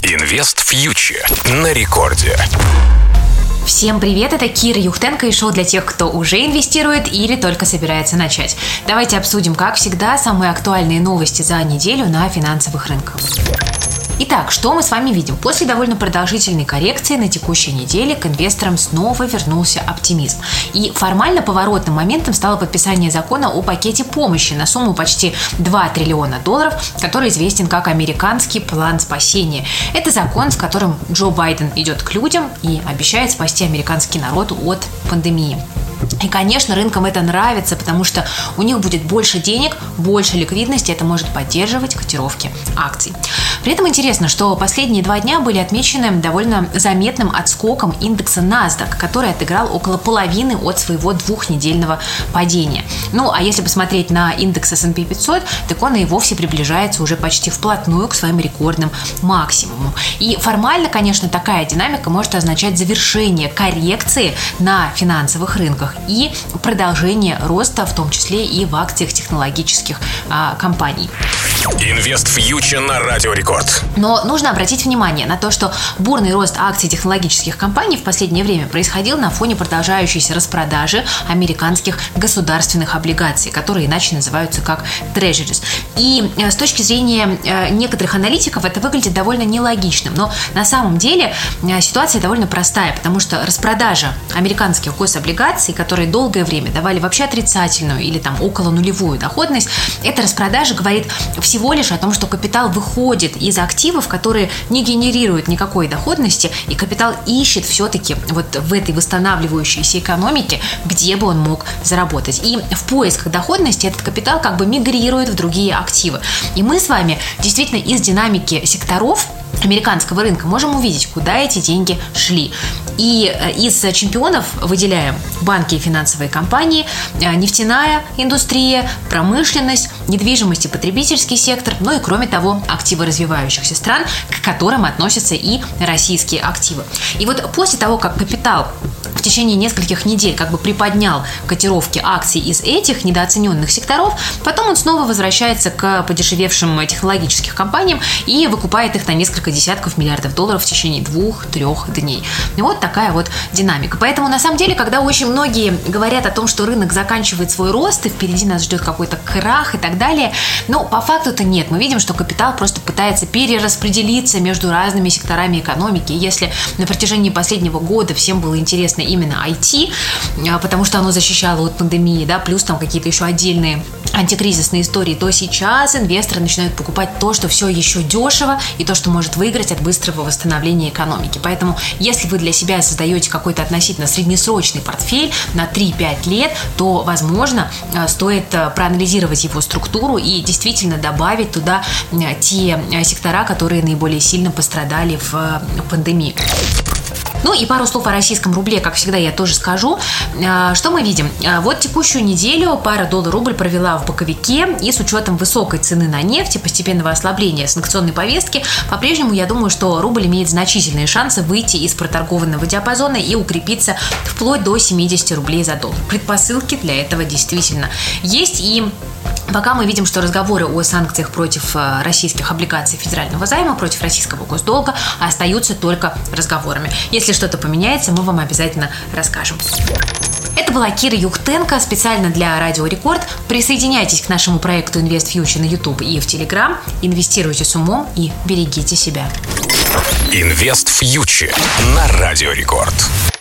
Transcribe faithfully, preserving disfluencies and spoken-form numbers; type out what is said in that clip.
Инвест Фьючер на рекорде. Всем привет, это Кира Юхтенко и шоу для тех, кто уже инвестирует или только собирается начать. Давайте обсудим, как всегда, самые актуальные новости за неделю на финансовых рынках. Итак, что мы с вами видим? После довольно продолжительной коррекции на текущей неделе к инвесторам снова вернулся оптимизм. И формально поворотным моментом стало подписание закона о пакете помощи на сумму почти два триллиона долларов, который известен как американский план спасения. Это закон, с которым Джо Байден идет к людям и обещает спасти американский народ от пандемии. И, конечно, рынкам это нравится, потому что у них будет больше денег, больше ликвидности, это может поддерживать котировки акций. При этом интересно, что последние два дня были отмечены довольно заметным отскоком индекса NASDAQ, который отыграл около половины от своего двухнедельного падения. Ну, а если посмотреть на индекс эс энд пи пятьсот, так он и вовсе приближается уже почти вплотную к своим рекордным максимумам. И формально, конечно, такая динамика может означать завершение коррекции на финансовых рынках и продолжение роста, в том числе и в акциях технологических а, компаний. Инвест Фьючер на Радио Рекорд. Но нужно обратить внимание на то, что бурный рост акций технологических компаний в последнее время происходил на фоне продолжающейся распродажи американских государственных облигаций, которые иначе называются как treasuries. И с точки зрения некоторых аналитиков это выглядит довольно нелогичным. Но на самом деле ситуация довольно простая, потому что распродажа американских гособлигаций, которые долгое время давали вообще отрицательную или там около нулевую доходность, эта распродажа говорит всего лишь о том, что капитал выходит из активов, которые не генерируют никакой доходности, и капитал ищет все-таки вот в этой восстанавливающейся экономике, где бы он мог заработать. И в поисках доходности этот капитал как бы мигрирует в другие активы. И мы с вами действительно из динамики секторов американского рынка можем увидеть, куда эти деньги шли. И из чемпионов выделяем банки и финансовые компании, нефтяная индустрия, промышленность, недвижимость и потребительский сектор, ну и кроме того активы развивающихся стран, к которым относятся и российские активы. И вот после того, как капитал в течение нескольких недель как бы приподнял котировки акций из этих недооцененных секторов, потом он снова возвращается к подешевевшим технологическим компаниям и выкупает их на несколько десятков миллиардов долларов в течение двух-трех дней. И вот такая вот динамика. Поэтому на самом деле, когда очень многие говорят о том, что рынок заканчивает свой рост и впереди нас ждет какой-то крах и так далее, ну, по факту-то нет. Мы видим, что капитал просто пытается перераспределиться между разными секторами экономики. И если на протяжении последнего года всем было интересно именно ай ти, потому что оно защищало от пандемии, да, плюс там какие-то еще отдельные антикризисные истории, то сейчас инвесторы начинают покупать то, что все еще дешево и то, что может выиграть от быстрого восстановления экономики. Поэтому, если вы для себя создаете какой-то относительно среднесрочный портфель на три-пять лет, то, возможно, стоит проанализировать его структуру и действительно добавить туда те сектора, которые наиболее сильно пострадали в пандемии. Ну и пару слов о российском рубле, как всегда, я тоже скажу. Что мы видим? Вот текущую неделю пара доллар-рубль провела в боковике, и с учетом высокой цены на нефть и постепенного ослабления санкционной повестки, по-прежнему, я думаю, что рубль имеет значительные шансы выйти из проторгованного диапазона и укрепиться вплоть до семидесяти рублей за доллар. Предпосылки для этого действительно есть, и пока мы видим, что разговоры о санкциях против российских облигаций федерального займа, против российского госдолга остаются только разговорами. Если что-то поменяется, мы вам обязательно расскажем. Это была Кира Юхтенко специально для Радио Рекорд. Присоединяйтесь к нашему проекту Инвест Фьючер на YouTube и в Telegram. Инвестируйте с умом и берегите себя. Инвест Фьючер на Радио Рекорд.